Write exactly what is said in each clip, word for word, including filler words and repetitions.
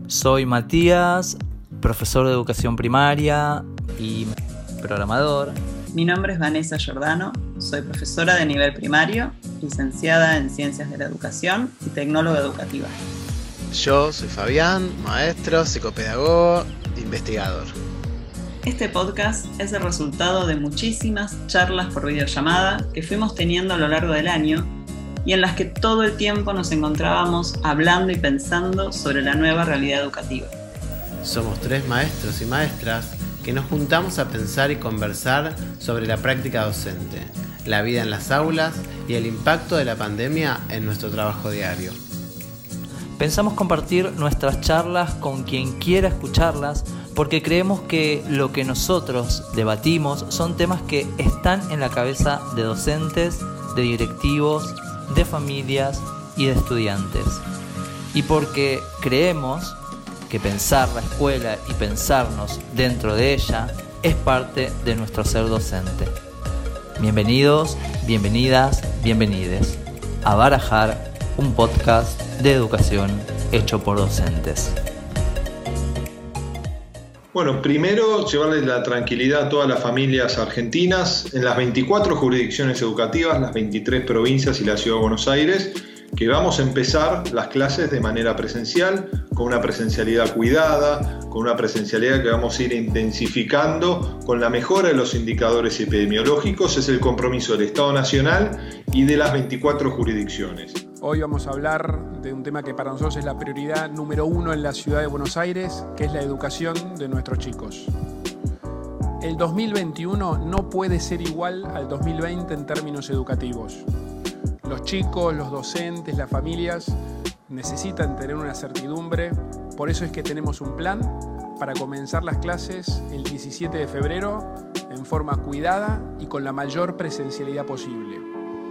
Soy Matías, profesor de educación primaria y programador. Mi nombre es Vanessa Giordano, soy profesora de nivel primario, licenciada en Ciencias de la Educación y tecnóloga educativa. Yo soy Fabián, maestro, psicopedagogo, investigador. Este podcast es el resultado de muchísimas charlas por videollamada que fuimos teniendo a lo largo del año y en las que todo el tiempo nos encontrábamos hablando y pensando sobre la nueva realidad educativa. Somos tres maestros y maestras que nos juntamos a pensar y conversar sobre la práctica docente, la vida en las aulas y el impacto de la pandemia en nuestro trabajo diario. Pensamos compartir nuestras charlas con quien quiera escucharlas porque creemos que lo que nosotros debatimos son temas que están en la cabeza de docentes, de directivos, de familias y de estudiantes. Y porque creemos que pensar la escuela y pensarnos dentro de ella es parte de nuestro ser docente. Bienvenidos, bienvenidas, bienvenides a Barajar, un podcast de educación hecho por docentes. Bueno, primero llevarles la tranquilidad a todas las familias argentinas en las veinticuatro jurisdicciones educativas, las veintitrés provincias y la Ciudad de Buenos Aires, que vamos a empezar las clases de manera presencial, con una presencialidad cuidada, con una presencialidad que vamos a ir intensificando con la mejora de los indicadores epidemiológicos. Es el compromiso del Estado Nacional y de las veinticuatro jurisdicciones. Hoy vamos a hablar de un tema que para nosotros es la prioridad número uno en la Ciudad de Buenos Aires, que es la educación de nuestros chicos. El dos mil veintiuno no puede ser igual al dos mil veinte en términos educativos. Los chicos, los docentes, las familias necesitan tener una certidumbre, por eso es que tenemos un plan para comenzar las clases el diecisiete de febrero en forma cuidada y con la mayor presencialidad posible.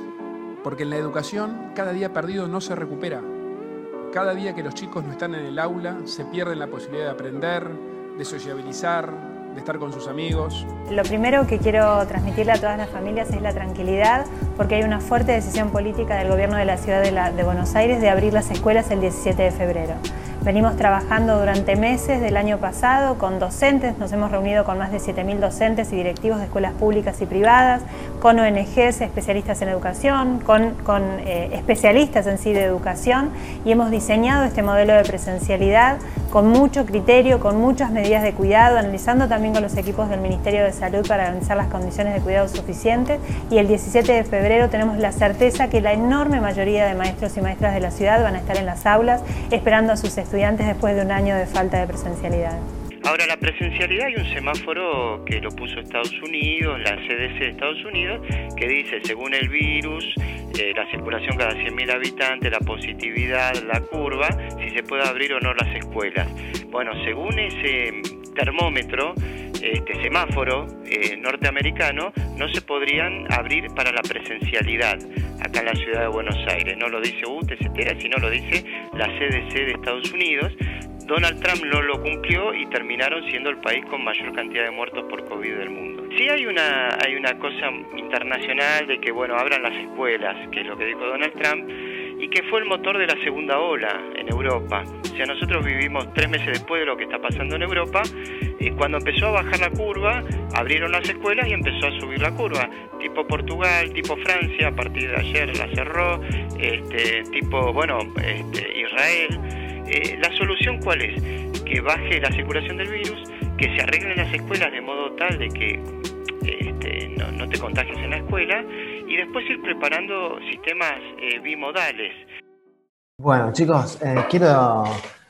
Porque en la educación, cada día perdido no se recupera. Cada día que los chicos no están en el aula, se pierden la posibilidad de aprender, de sociabilizar, de estar con sus amigos. Lo primero que quiero transmitirle a todas las familias es la tranquilidad, porque hay una fuerte decisión política del gobierno de la ciudad de, la, de Buenos Aires de abrir las escuelas el diecisiete de febrero. Venimos trabajando durante meses del año pasado con docentes, nos hemos reunido con más de siete mil docentes y directivos de escuelas públicas y privadas, con O N Ges, especialistas en educación, con, con eh, especialistas en sí de educación, y hemos diseñado este modelo de presencialidad con mucho criterio, con muchas medidas de cuidado, analizando también con los equipos del Ministerio de Salud para garantizar las condiciones de cuidado suficientes, y el diecisiete de febrero tenemos la certeza que la enorme mayoría de maestros y maestras de la ciudad van a estar en las aulas esperando a sus estudiantes después de un año de falta de presencialidad. Ahora, la presencialidad, hay un semáforo que lo puso Estados Unidos, la C D C de Estados Unidos, que dice, según el virus, eh, la circulación cada cien mil habitantes, la positividad, la curva, si se puede abrir o no las escuelas. Bueno, según ese termómetro, este semáforo eh, norteamericano, no se podrían abrir para la presencialidad acá en la ciudad de Buenos Aires. No lo dice U T E, etcétera, sino lo dice la C D C de Estados Unidos. Donald Trump no lo cumplió y terminaron siendo el país con mayor cantidad de muertos por COVID del mundo. Sí hay una hay una cosa internacional de que, bueno, abran las escuelas, que es lo que dijo Donald Trump, y que fue el motor de la segunda ola en Europa. O sea, nosotros vivimos tres meses después de lo que está pasando en Europa. Eh, cuando empezó a bajar la curva, abrieron las escuelas y empezó a subir la curva. Tipo Portugal, tipo Francia, a partir de ayer la cerró, este, tipo, bueno, este, Israel. Eh, ¿La solución cuál es? Que baje la circulación del virus, que se arreglen las escuelas de modo tal de que este, no, no te contagies en la escuela, y después ir preparando sistemas eh, bimodales. Bueno, chicos, eh, quiero,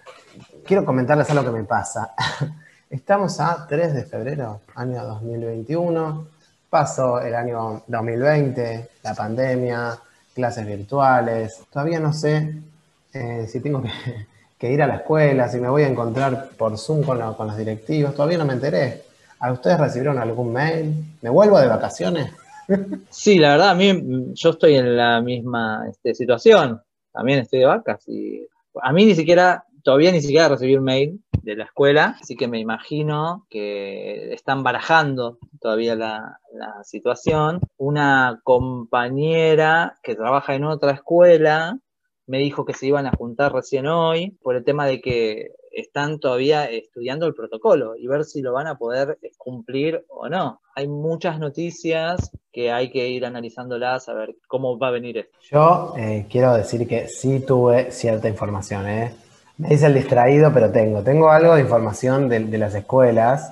quiero comentarles algo que me pasa. Estamos a tres de febrero, año dos mil veintiuno, pasó el año dos mil veinte, la pandemia, clases virtuales, todavía no sé eh, si tengo que... que ir a la escuela, si me voy a encontrar por Zoom con, la, con los directivos, todavía no me enteré. ¿A ustedes recibieron algún mail? ¿Me vuelvo de vacaciones? Sí, la verdad, a mí yo estoy en la misma este, situación, también estoy de vacas, y a mí ni siquiera, todavía ni siquiera recibí un mail de la escuela, así que me imagino que están barajando todavía la, la situación. Una compañera que trabaja en otra escuela me dijo que se iban a juntar recién hoy por el tema de que están todavía estudiando el protocolo y ver si lo van a poder cumplir o no. Hay muchas noticias que hay que ir analizándolas a ver cómo va a venir esto. Yo eh, quiero decir que sí tuve cierta información, ¿eh? Me dice el distraído, pero tengo. Tengo algo de información de, de las escuelas.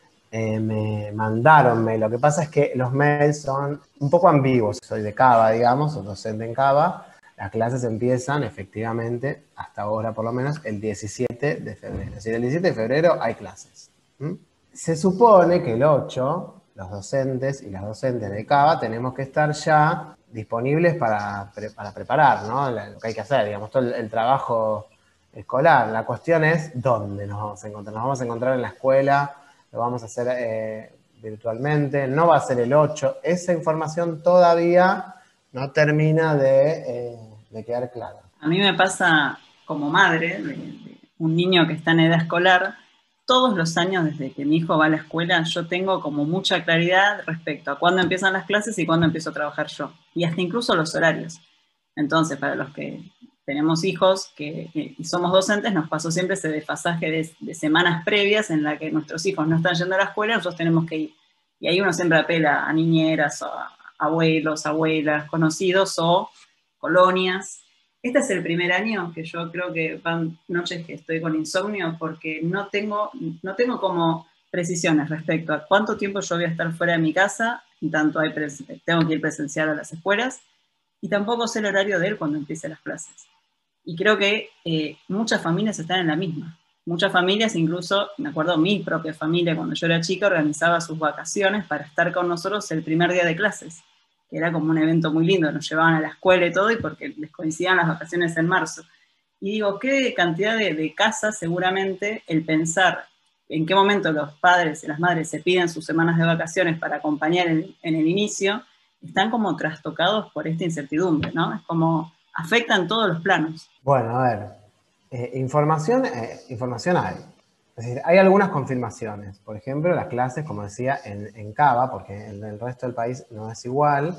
Eh, me mandaron mail. Lo que pasa es que los mails son un poco ambiguos. Soy de Cava, digamos, soy docente en Cava. Las clases empiezan efectivamente, hasta ahora por lo menos, el diecisiete de febrero. Es decir, el diecisiete de febrero hay clases. ¿Mm? Se supone que el ocho, los docentes y las docentes de Cava tenemos que estar ya disponibles para, para preparar, ¿no? Lo que hay que hacer, digamos, todo el, el trabajo escolar. La cuestión es dónde nos vamos a encontrar. Nos vamos a encontrar en la escuela, lo vamos a hacer eh, virtualmente, no va a ser el ocho. Esa información todavía no termina de, eh, de quedar clara. A mí me pasa como madre de, de un niño que está en edad escolar, todos los años desde que mi hijo va a la escuela, yo tengo como mucha claridad respecto a cuándo empiezan las clases y cuándo empiezo a trabajar yo, y hasta incluso los horarios. Entonces, para los que tenemos hijos que, que, y somos docentes, nos pasó siempre ese desfasaje de, de semanas previas en la que nuestros hijos no están yendo a la escuela, nosotros tenemos que ir. Y ahí uno siempre apela a niñeras, o a abuelos, abuelas, conocidos o colonias. Este es el primer año que yo creo que van noches que estoy con insomnio porque no tengo, no tengo como precisiones respecto a cuánto tiempo yo voy a estar fuera de mi casa, y tanto hay tengo que ir presencial a las escuelas, y tampoco sé el horario de él cuando empiece las clases. Y creo que eh, muchas familias están en la misma. Muchas familias, incluso, me acuerdo, mi propia familia, cuando yo era chica, organizaba sus vacaciones para estar con nosotros el primer día de clases, que era como un evento muy lindo, nos llevaban a la escuela y todo, y porque les coincidían las vacaciones en marzo. Y digo, qué cantidad de, de casas, seguramente, el pensar en qué momento los padres y las madres se piden sus semanas de vacaciones para acompañar en, en el inicio, están como trastocados por esta incertidumbre, ¿no? Es como, afectan todos los planos. Bueno, a ver, eh, información, eh, información hay. Es decir, hay algunas confirmaciones. Por ejemplo, las clases, como decía, en, en Cava, porque en el resto del país no es igual,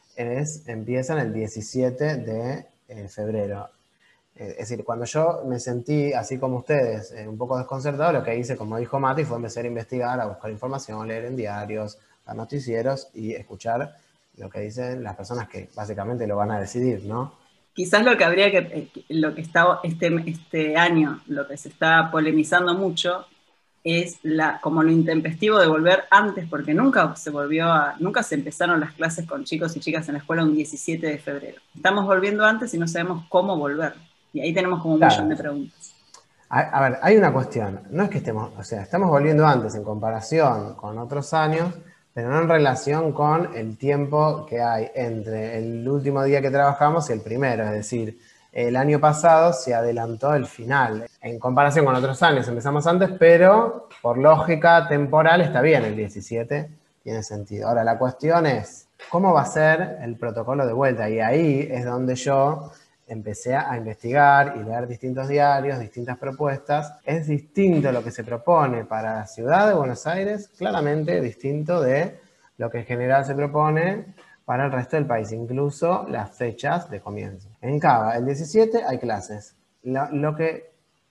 es, empiezan el diecisiete de febrero. Es decir, cuando yo me sentí, así como ustedes, eh, un poco desconcertado, lo que hice, como dijo Mati, fue empezar a investigar, a buscar información, leer en diarios, a noticieros y escuchar lo que dicen las personas que básicamente lo van a decidir, ¿no? Quizás lo que habría que, lo que está este, este año, lo que se está polemizando mucho, es la, como lo intempestivo de volver antes, porque nunca se volvió a, nunca se empezaron las clases con chicos y chicas en la escuela un diecisiete de febrero. Estamos volviendo antes y no sabemos cómo volver. Y ahí tenemos como un Claro. millón de preguntas. A, a ver, hay una cuestión. No es que estemos, o sea, estamos volviendo antes en comparación con otros años, pero no en relación con el tiempo que hay entre el último día que trabajamos y el primero. Es decir, el año pasado se adelantó el final. En comparación con otros años empezamos antes, pero por lógica temporal está bien el diecisiete, tiene sentido. Ahora, la cuestión es, ¿cómo va a ser el protocolo de vuelta? Y ahí es donde yo empecé a investigar y leer distintos diarios, distintas propuestas. Es distinto lo que se propone para la ciudad de Buenos Aires, claramente distinto de lo que en general se propone para el resto del país, incluso las fechas de comienzo. En Cava, el diecisiete hay clases. Lo, lo que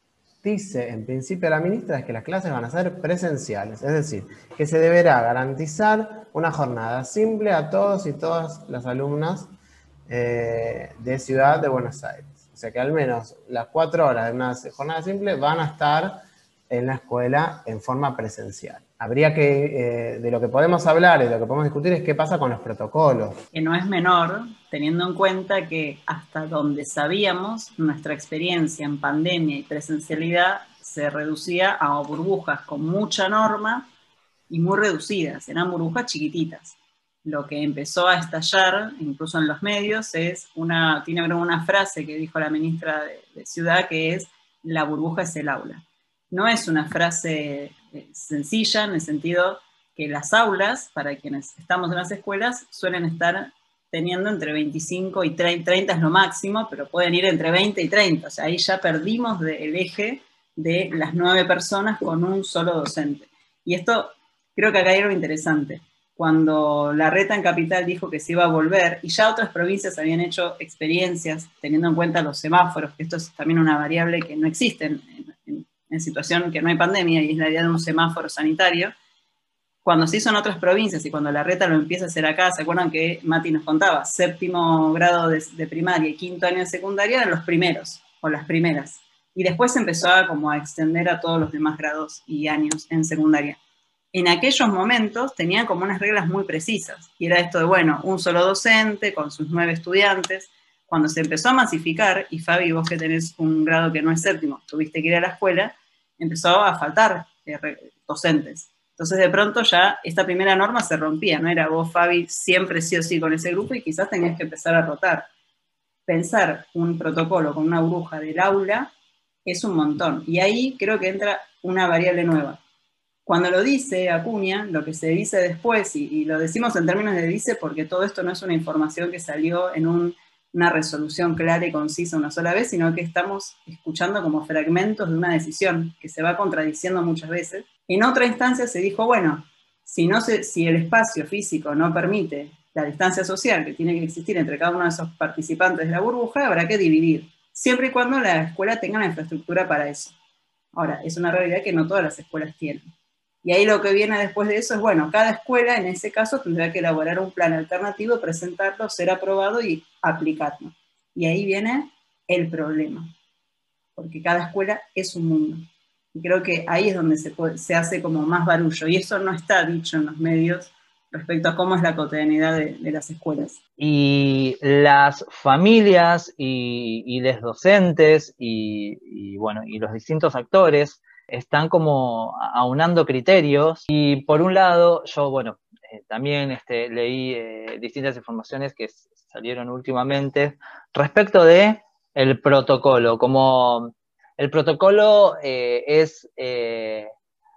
dice en principio la ministra es que las clases van a ser presenciales, es decir, que se deberá garantizar una jornada simple a todos y todas las alumnas Eh, de Ciudad de Buenos Aires. O sea que al menos las cuatro horas de una jornada simple van a estar en la escuela en forma presencial. Habría que, eh, de lo que podemos hablar y de lo que podemos discutir es qué pasa con los protocolos. Que no es menor, teniendo en cuenta que hasta donde sabíamos, nuestra experiencia en pandemia y presencialidad se reducía a burbujas con mucha norma y muy reducidas, eran burbujas chiquititas. Lo que empezó a estallar, incluso en los medios, es una, tiene una frase que dijo la ministra de, de Ciudad, que es, la burbuja es el aula. No es una frase eh, sencilla, en el sentido que las aulas, para quienes estamos en las escuelas, suelen estar teniendo entre veinticinco y treinta, treinta es lo máximo, pero pueden ir entre veinte y treinta, o sea, ahí ya perdimos de, el eje de las nueve personas con un solo docente. Y esto, creo que acá hay algo interesante. Cuando Larreta en Capital dijo que se iba a volver, y ya otras provincias habían hecho experiencias teniendo en cuenta los semáforos, que esto es también una variable que no existe en, en, en situación que no hay pandemia, y es la idea de un semáforo sanitario. Cuando se hizo en otras provincias y cuando Larreta lo empieza a hacer acá, ¿se acuerdan que Mati nos contaba? Séptimo grado de, de primaria y quinto año de secundaria eran los primeros, o las primeras. Y después se empezó a, como a extender a todos los demás grados y años en secundaria. En aquellos momentos tenían como unas reglas muy precisas, y era esto de, bueno, un solo docente con sus nueve estudiantes. Cuando se empezó a masificar, y Fabi, vos que tenés un grado que no es séptimo, tuviste que ir a la escuela, empezó a faltar eh, docentes. Entonces de pronto ya esta primera norma se rompía, no era vos, Fabi, siempre sí o sí con ese grupo, y quizás tenías que empezar a rotar. Pensar un protocolo con una burbuja del aula es un montón, y ahí creo que entra una variable nueva. Cuando lo dice Acuña, lo que se dice después, y, y lo decimos en términos de dice porque todo esto no es una información que salió en un, una resolución clara y concisa una sola vez, sino que estamos escuchando como fragmentos de una decisión que se va contradiciendo muchas veces. En otra instancia se dijo, bueno, si, no se, si el espacio físico no permite la distancia social que tiene que existir entre cada uno de esos participantes de la burbuja, habrá que dividir, siempre y cuando la escuela tenga la infraestructura para eso. Ahora, es una realidad que no todas las escuelas tienen. Y ahí lo que viene después de eso es, bueno, cada escuela en ese caso tendrá que elaborar un plan alternativo, presentarlo, ser aprobado y aplicarlo. Y ahí viene el problema, porque cada escuela es un mundo. Y creo que ahí es donde se, puede, se hace como más barullo, y eso no está dicho en los medios respecto a cómo es la cotidianidad de, de las escuelas. Y las familias y, y los docentes y, y, bueno, y los distintos actores están como aunando criterios, y por un lado yo, bueno, eh, también este, leí eh, distintas informaciones que salieron últimamente respecto de el protocolo, como el protocolo eh, es eh,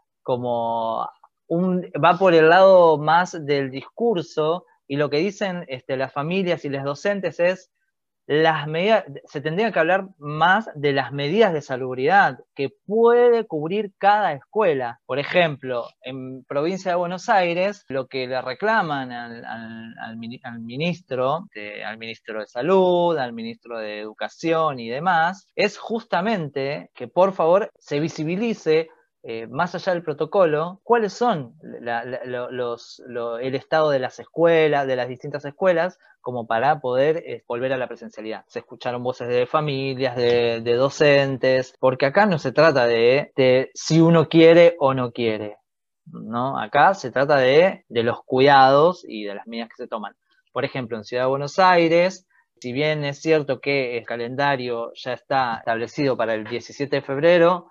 como un, va por el lado más del discurso, y lo que dicen este, las familias y los docentes es las medidas, se tendría que hablar más de las medidas de salubridad que puede cubrir cada escuela. Por ejemplo, en provincia de Buenos Aires, lo que le reclaman al, al, al, al ministro, de, al ministro de Salud, al ministro de Educación y demás, es justamente que por favor se visibilice, Eh, más allá del protocolo, cuáles son la, la, los, lo, el estado de las escuelas, de las distintas escuelas, como para poder eh, volver a la presencialidad. Se escucharon voces de familias, de, de docentes, porque acá no se trata de, de si uno quiere o no quiere, ¿no? Acá se trata de, de los cuidados y de las medidas que se toman. Por ejemplo, en Ciudad de Buenos Aires, si bien es cierto que el calendario ya está establecido para el diecisiete de febrero,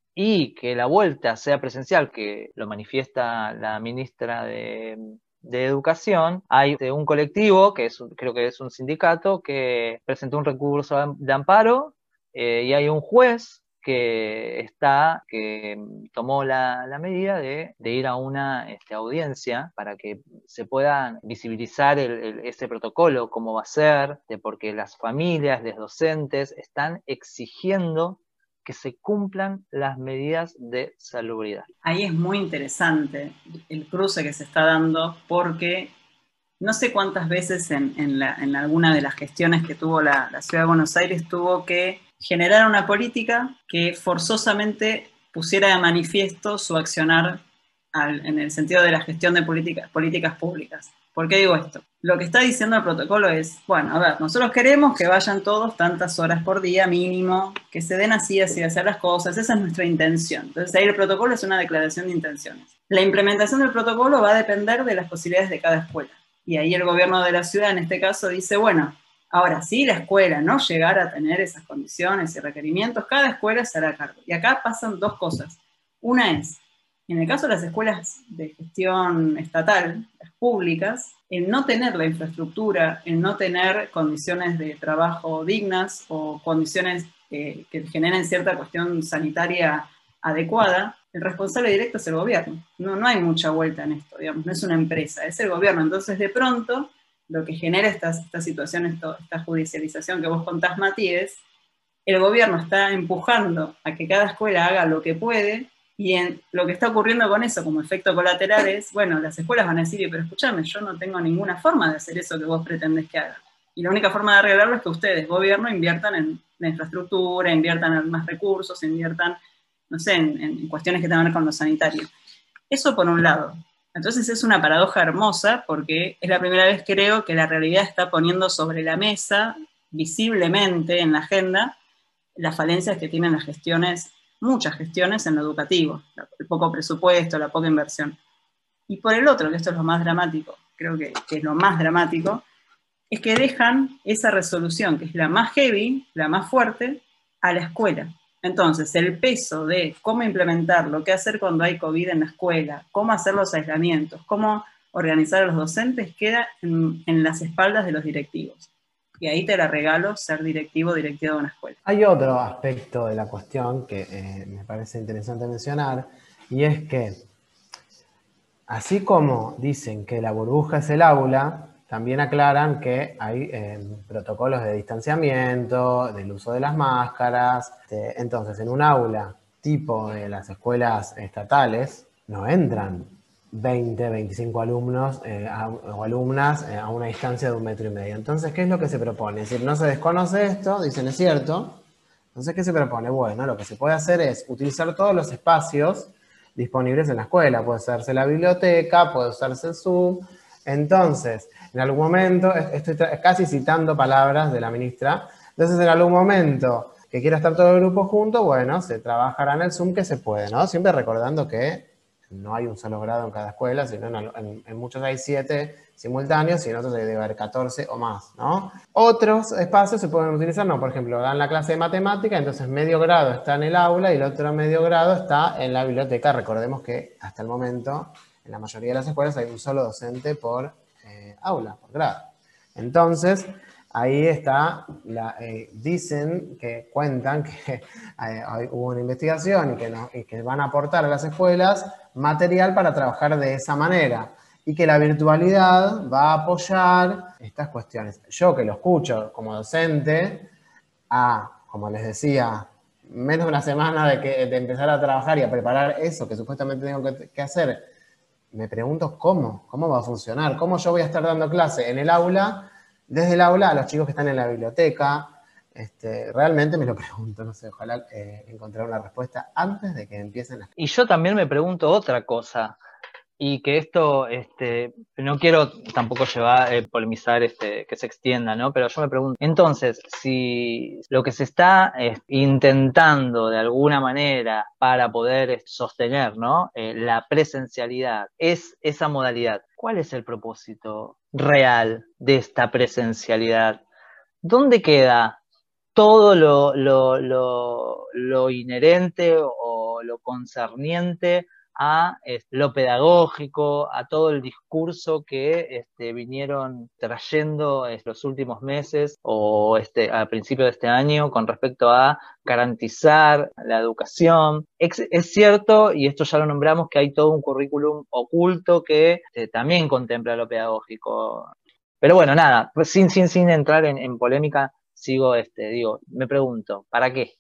y que la vuelta sea presencial, que lo manifiesta la ministra de, de Educación, hay un colectivo, que es, creo que es un sindicato, que presentó un recurso de amparo, eh, y hay un juez que está, que tomó la, la medida de, de ir a una este, audiencia para que se pueda visibilizar el, el, ese protocolo, cómo va a ser, de porque las familias, los docentes están exigiendo que se cumplan las medidas de salubridad. Ahí es muy interesante el cruce que se está dando, porque no sé cuántas veces en, en, la, en alguna de las gestiones que tuvo la, la Ciudad de Buenos Aires tuvo que generar una política que forzosamente pusiera de manifiesto su accionar al, en el sentido de la gestión de políticas, políticas públicas. ¿Por qué digo esto? Lo que está diciendo el protocolo es, bueno, a ver, nosotros queremos que vayan todos tantas horas por día mínimo, que se den así, así, hacer las cosas, esa es nuestra intención. Entonces ahí el protocolo es una declaración de intenciones. La implementación del protocolo va a depender de las posibilidades de cada escuela. Y ahí el gobierno de la ciudad, en este caso, dice, bueno, ahora sí la escuela no llegara a tener esas condiciones y requerimientos, cada escuela se hará cargo. Y acá pasan dos cosas. Una es, en el caso de las escuelas de gestión estatal, las públicas, el no tener la infraestructura, el no tener condiciones de trabajo dignas o condiciones eh, que generen cierta cuestión sanitaria adecuada, el responsable directo es el gobierno. No, no hay mucha vuelta en esto, digamos, no es una empresa, es el gobierno. Entonces, de pronto, lo que genera esta, esta situación, esto, esta judicialización que vos contás, Mati, es el gobierno está empujando a que cada escuela haga lo que puede. Y en lo que está ocurriendo con eso como efecto colateral es, bueno, las escuelas van a decir, pero escúchame, yo no tengo ninguna forma de hacer eso que vos pretendés que haga. Y la única forma de arreglarlo es que ustedes, gobierno, inviertan en la infraestructura, inviertan en más recursos, inviertan no sé, en, en cuestiones que tengan que ver con lo sanitario. Eso por un lado. Entonces es una paradoja hermosa porque es la primera vez, creo, que la realidad está poniendo sobre la mesa, visiblemente en la agenda, las falencias que tienen las gestiones, muchas gestiones en lo educativo, el poco presupuesto, la poca inversión. Y por el otro, que esto es lo más dramático, creo que, que es lo más dramático, es que dejan esa resolución, que es la más heavy, la más fuerte, a la escuela. Entonces, el peso de cómo implementarlo, qué hacer cuando hay COVID en la escuela, cómo hacer los aislamientos, cómo organizar a los docentes, queda en, en las espaldas de los directivos. Y ahí te la regalo, ser directivo o directiva de una escuela. Hay otro aspecto de la cuestión que eh, me parece interesante mencionar, y es que, así como dicen que la burbuja es el aula, también aclaran que hay eh, protocolos de distanciamiento, del uso de las máscaras. Este, entonces, en un aula tipo de las escuelas estatales, no entran veinte, veinticinco alumnos eh, a, o alumnas eh, a una distancia de un metro y medio. Entonces, ¿qué es lo que se propone? Es decir, no se desconoce esto, dicen es cierto. Entonces, ¿qué se propone? Bueno, lo que se puede hacer es utilizar todos los espacios disponibles en la escuela. Puede usarse la biblioteca, puede usarse el Zoom. Entonces, en algún momento, estoy casi citando palabras de la ministra, entonces en algún momento que quiera estar todo el grupo junto, bueno, se trabajará en el Zoom que se puede, ¿no? Siempre recordando que no hay un solo grado en cada escuela, sino en, en, en muchos hay siete simultáneos y en otros debe haber catorce o más, ¿no? Otros espacios se pueden utilizar, no, por ejemplo, dan la clase de matemática, entonces medio grado está en el aula y el otro medio grado está en la biblioteca. Recordemos que hasta el momento, en la mayoría de las escuelas hay un solo docente por eh, aula, por grado. Entonces, ahí está, la, eh, dicen que cuentan que eh, hubo una investigación y que, no, y que van a aportar a las escuelas material para trabajar de esa manera y que la virtualidad va a apoyar estas cuestiones. Yo que lo escucho como docente, a, como les decía, menos de una semana de, que, de empezar a trabajar y a preparar eso que supuestamente tengo que, que hacer, me pregunto cómo, cómo va a funcionar, cómo yo voy a estar dando clase en el aula, desde el aula a los chicos que están en la biblioteca. Este, realmente me lo pregunto, no sé, ojalá eh, encontrar una respuesta antes de que empiecen las... Y yo también me pregunto otra cosa, y que esto, este, no quiero tampoco llevar, eh, polemizar, este, que se extienda, ¿no? Pero yo me pregunto, entonces, si lo que se está eh, intentando de alguna manera para poder eh, sostener, ¿no? Eh, la presencialidad es esa modalidad, ¿cuál es el propósito real de esta presencialidad? ¿Dónde queda todo lo, lo, lo, lo inherente o lo concerniente a este, lo pedagógico, a todo el discurso que este, vinieron trayendo en los últimos meses o este, a principios de este año con respecto a garantizar la educación? Es, es cierto, y esto ya lo nombramos, que hay todo un currículum oculto que este, también contempla lo pedagógico. Pero bueno, nada, pues sin, sin, sin entrar en, en polémica, sigo, este, digo, me pregunto, ¿para qué?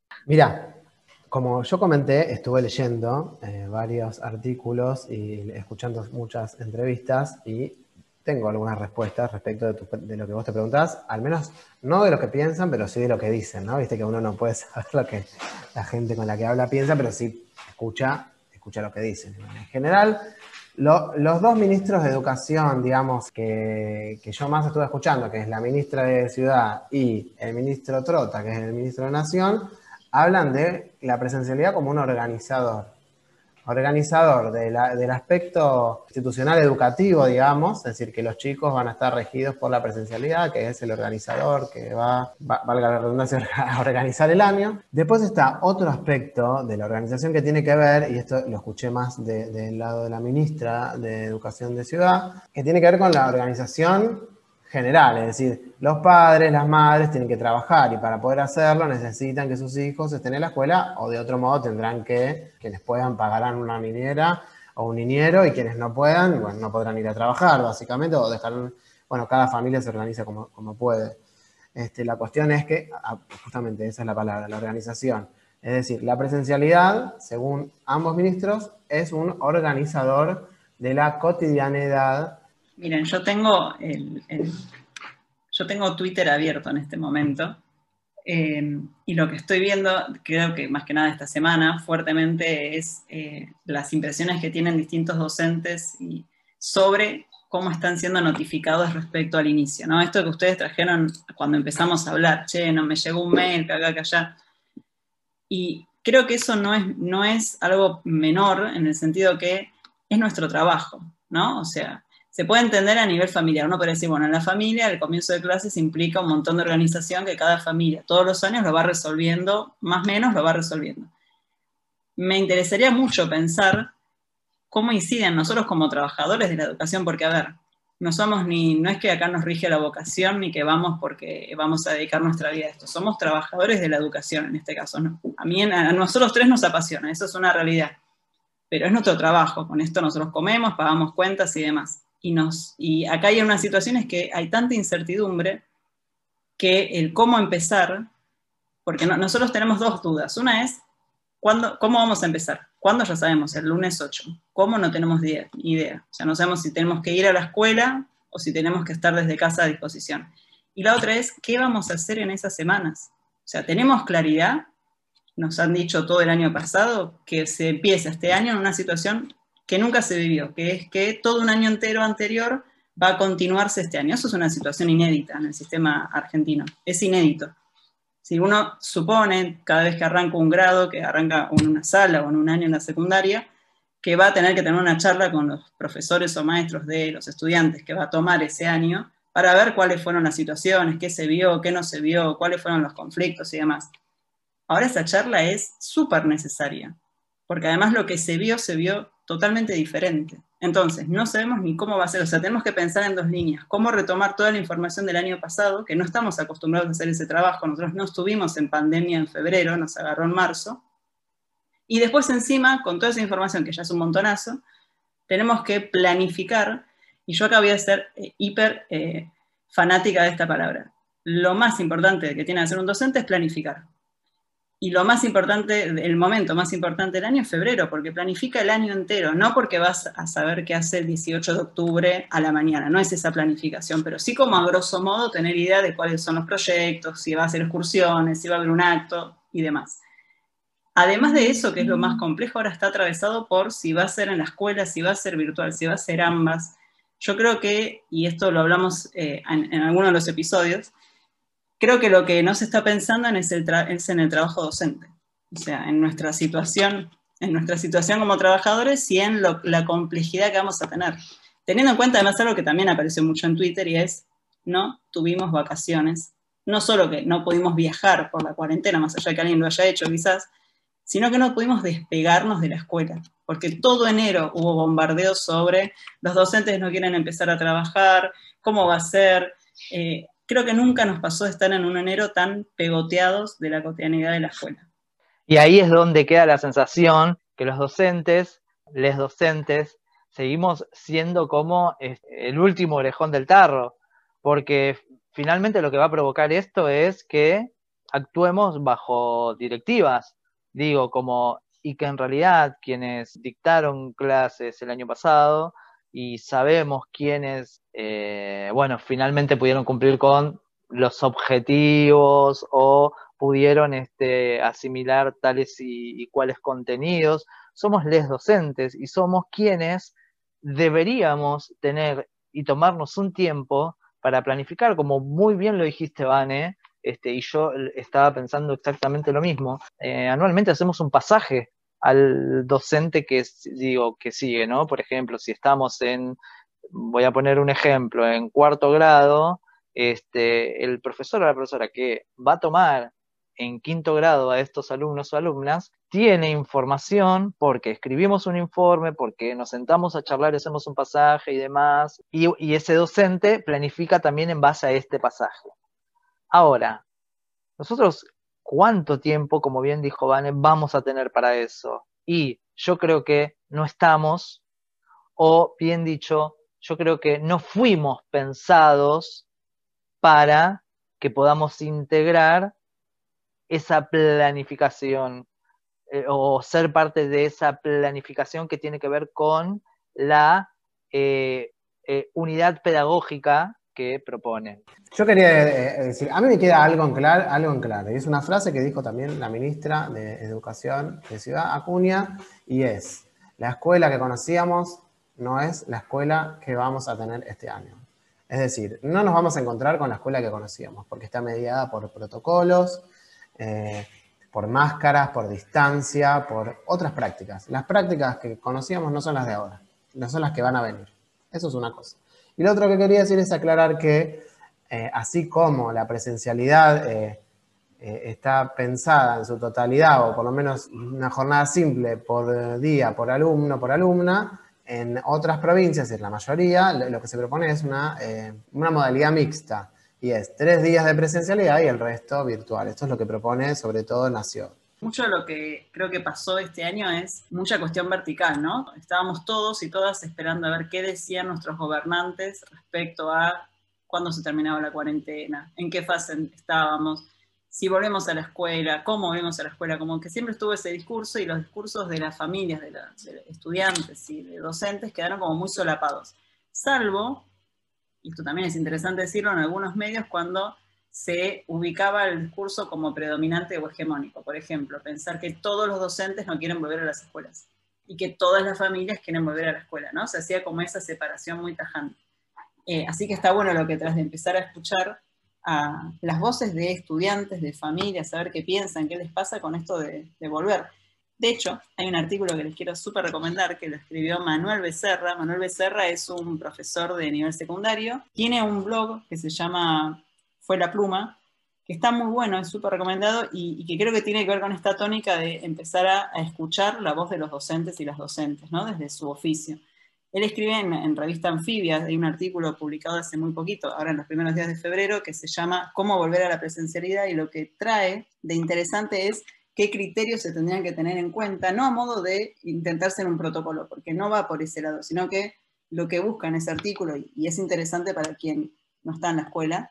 Mirá, como yo comenté, estuve leyendo eh, varios artículos y escuchando muchas entrevistas y tengo algunas respuestas respecto de, tu, de lo que vos te preguntás, al menos no de lo que piensan, pero sí de lo que dicen, ¿no? Viste que uno no puede saber lo que la gente con la que habla piensa, pero sí escucha, escucha lo que dicen. En general, lo, los dos ministros de educación, digamos, que, que yo más estuve escuchando, que es la ministra de Ciudad y el ministro Trota, que es el ministro de Nación, hablan de la presencialidad como un organizador. Organizador de la, del aspecto institucional educativo, digamos, es decir, que los chicos van a estar regidos por la presencialidad, que es el organizador que va, va valga la redundancia, a organizar el año. Después está otro aspecto de la organización que tiene que ver, y esto lo escuché más de, del lado de la ministra de Educación de Ciudad, que tiene que ver con la organización general, es decir, los padres, las madres tienen que trabajar y para poder hacerlo necesitan que sus hijos estén en la escuela o de otro modo tendrán que, quienes puedan pagarán una niñera o un niñero y quienes no puedan, bueno, no podrán ir a trabajar básicamente o dejar, bueno, cada familia se organiza como, como puede. Este, la cuestión es que, justamente esa es la palabra, la organización. Es decir, la presencialidad, según ambos ministros, es un organizador de la cotidianidad. Miren, yo tengo, el, el, yo tengo Twitter abierto en este momento Eh, y lo que estoy viendo, creo que más que nada esta semana, fuertemente, es eh, las impresiones que tienen distintos docentes y sobre cómo están siendo notificados respecto al inicio, ¿no? Esto que ustedes trajeron cuando empezamos a hablar, che, no me llegó un mail, que acá, que allá. Y creo que eso no es, no es algo menor en el sentido que es nuestro trabajo, ¿no? O sea, se puede entender a nivel familiar. Uno puede decir, bueno, en la familia el comienzo de clases implica un montón de organización que cada familia todos los años lo va resolviendo, más o menos lo va resolviendo. Me interesaría mucho pensar cómo inciden nosotros como trabajadores de la educación, porque, a ver, no somos ni, no es que acá nos rige la vocación, ni que vamos porque vamos a dedicar nuestra vida a esto. Somos trabajadores de la educación, en este caso, ¿no? A mí, a nosotros tres nos apasiona, eso es una realidad. Pero es nuestro trabajo, con esto nosotros comemos, pagamos cuentas y demás. Y, nos, y acá hay unas situaciones que hay tanta incertidumbre que el cómo empezar, porque no, nosotros tenemos dos dudas. Una es, ¿cuándo, ¿cómo vamos a empezar? ¿Cuándo? Ya sabemos, el lunes ocho. ¿Cómo? No tenemos idea, idea. O sea, no sabemos si tenemos que ir a la escuela o si tenemos que estar desde casa a disposición. Y la otra es, ¿qué vamos a hacer en esas semanas? O sea, ¿tenemos claridad? Nos han dicho todo el año pasado que se empieza este año en una situación que nunca se vivió, que es que todo un año entero anterior va a continuarse este año. Eso es una situación inédita en el sistema argentino, es inédito. Si uno supone, cada vez que arranca un grado, que arranca en una sala o en un año en la secundaria, que va a tener que tener una charla con los profesores o maestros de los estudiantes que va a tomar ese año, para ver cuáles fueron las situaciones, qué se vio, qué no se vio, cuáles fueron los conflictos y demás. Ahora esa charla es súper necesaria, porque además lo que se vio, se vio totalmente diferente. Entonces, no sabemos ni cómo va a ser, o sea, tenemos que pensar en dos líneas, cómo retomar toda la información del año pasado, que no estamos acostumbrados a hacer ese trabajo, nosotros no estuvimos en pandemia en febrero, nos agarró en marzo, y después encima, con toda esa información, que ya es un montonazo, tenemos que planificar, y yo acá voy a ser eh, hiper eh, fanática de esta palabra. Lo más importante que tiene que hacer un docente es planificar. Y lo más importante, el momento más importante del año es febrero, porque planifica el año entero, no porque vas a saber qué hace el dieciocho de octubre a la mañana, no es esa planificación, pero sí como a grosso modo tener idea de cuáles son los proyectos, si va a hacer excursiones, si va a haber un acto y demás. Además de eso, que es lo más complejo, ahora está atravesado por si va a ser en la escuela, si va a ser virtual, si va a ser ambas. Yo creo que, y esto lo hablamos eh, en, en algunos de los episodios, creo que lo que no se está pensando en es, el es en el trabajo docente, o sea, en nuestra situación, en nuestra situación como trabajadores y en lo, la complejidad que vamos a tener. Teniendo en cuenta además algo que también apareció mucho en Twitter y es, no tuvimos vacaciones, no solo que no pudimos viajar por la cuarentena, más allá de que alguien lo haya hecho quizás, sino que no pudimos despegarnos de la escuela, porque todo enero hubo bombardeos sobre los docentes no quieren empezar a trabajar, cómo va a ser. Eh, creo que nunca nos pasó de estar en un enero tan pegoteados de la cotidianidad de la escuela. Y ahí es donde queda la sensación que los docentes, les docentes, seguimos siendo como el último orejón del tarro, porque finalmente lo que va a provocar esto es que actuemos bajo directivas, digo, como, y que en realidad quienes dictaron clases el año pasado, y sabemos quiénes, eh, bueno, finalmente pudieron cumplir con los objetivos o pudieron este, asimilar tales y, y cuales contenidos, somos les docentes y somos quienes deberíamos tener y tomarnos un tiempo para planificar, como muy bien lo dijiste, Vane, este, y yo estaba pensando exactamente lo mismo. Eh, anualmente hacemos un pasaje al docente que, digo, que sigue, ¿no? Por ejemplo, si estamos en, voy a poner un ejemplo, en cuarto grado, este, el profesor o la profesora que va a tomar en quinto grado a estos alumnos o alumnas, tiene información porque escribimos un informe, porque nos sentamos a charlar y hacemos un pasaje y demás, y, y ese docente planifica también en base a este pasaje. Ahora, nosotros, ¿cuánto tiempo, como bien dijo Vane, vamos a tener para eso? Y yo creo que no estamos, o bien dicho, yo creo que no fuimos pensados para que podamos integrar esa planificación eh, o ser parte de esa planificación que tiene que ver con la eh, eh, unidad pedagógica que proponen. Yo quería eh, decir, a mí me queda algo en claro, algo en claro, y es una frase que dijo también la ministra de Educación de Ciudad, Acuña, y es: la escuela que conocíamos no es la escuela que vamos a tener este año. Es decir, no nos vamos a encontrar con la escuela que conocíamos, porque está mediada por protocolos, eh, por máscaras, por distancia, por otras prácticas. Las prácticas que conocíamos no son las de ahora, no son las que van a venir. Eso es una cosa. Y lo otro que quería decir es aclarar que, eh, así como la presencialidad eh, eh, está pensada en su totalidad, o por lo menos una jornada simple por día, por alumno, por alumna, en otras provincias, en la mayoría, lo que se propone es una, eh, una modalidad mixta, y es tres días de presencialidad y el resto virtual. Esto es lo que propone sobre todo Nación. Mucho de lo que creo que pasó este año es mucha cuestión vertical, ¿no? Estábamos todos y todas esperando a ver qué decían nuestros gobernantes respecto a cuándo se terminaba la cuarentena, en qué fase estábamos, si volvemos a la escuela, cómo volvemos a la escuela, como que siempre estuvo ese discurso, y los discursos de las familias, de, la, de estudiantes y de docentes quedaron como muy solapados. Salvo, y esto también es interesante decirlo, en algunos medios cuando se ubicaba el discurso como predominante o hegemónico. Por ejemplo, pensar que todos los docentes no quieren volver a las escuelas y que todas las familias quieren volver a la escuela, ¿no? Se hacía como esa separación muy tajante. Eh, así que está bueno lo que tras de empezar a escuchar a las voces de estudiantes, de familias, saber qué piensan, qué les pasa con esto de, de volver. De hecho, hay un artículo que les quiero súper recomendar, que lo escribió Manuel Becerra. Manuel Becerra es un profesor de nivel secundario. Tiene un blog que se llama Fue la Pluma, que está muy bueno, es súper recomendado, y, y que creo que tiene que ver con esta tónica de empezar a, a escuchar la voz de los docentes y las docentes, ¿no? Desde su oficio. Él escribe en, en Revista Anfibia, hay un artículo publicado hace muy poquito, ahora en los primeros días de febrero, que se llama Cómo volver a la presencialidad, y lo que trae de interesante es qué criterios se tendrían que tener en cuenta, no a modo de intentar ser un protocolo, porque no va por ese lado, sino que lo que busca en ese artículo, y es interesante para quien no está en la escuela,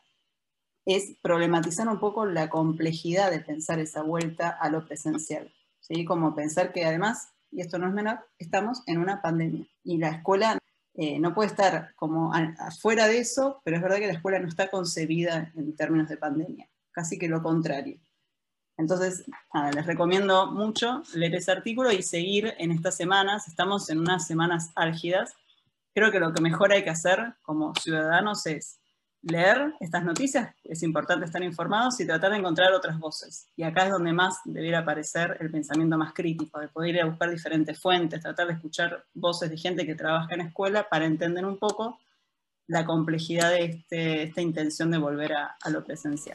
es problematizar un poco la complejidad de pensar esa vuelta a lo presencial, ¿sí? Como pensar que además, y esto no es menor, estamos en una pandemia, y la escuela eh, no puede estar como a, afuera de eso, pero es verdad que la escuela no está concebida en términos de pandemia, casi que lo contrario. Entonces, nada, les recomiendo mucho leer ese artículo y seguir en estas semanas. Estamos en unas semanas álgidas. Creo que lo que mejor hay que hacer como ciudadanos es leer estas noticias, es importante estar informados, y tratar de encontrar otras voces. Y acá es donde más debiera aparecer el pensamiento más crítico, de poder ir a buscar diferentes fuentes, tratar de escuchar voces de gente que trabaja en escuela para entender un poco la complejidad de este, esta intención de volver a, a lo presencial.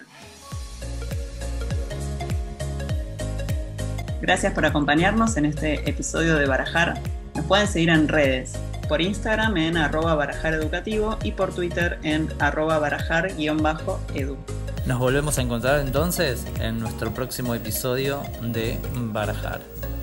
Gracias por acompañarnos en este episodio de Barajar. Nos pueden seguir en redes, por Instagram en arroba barajar educativo y por Twitter en arroba barajar guión bajo edu. Nos volvemos a encontrar entonces en nuestro próximo episodio de Barajar.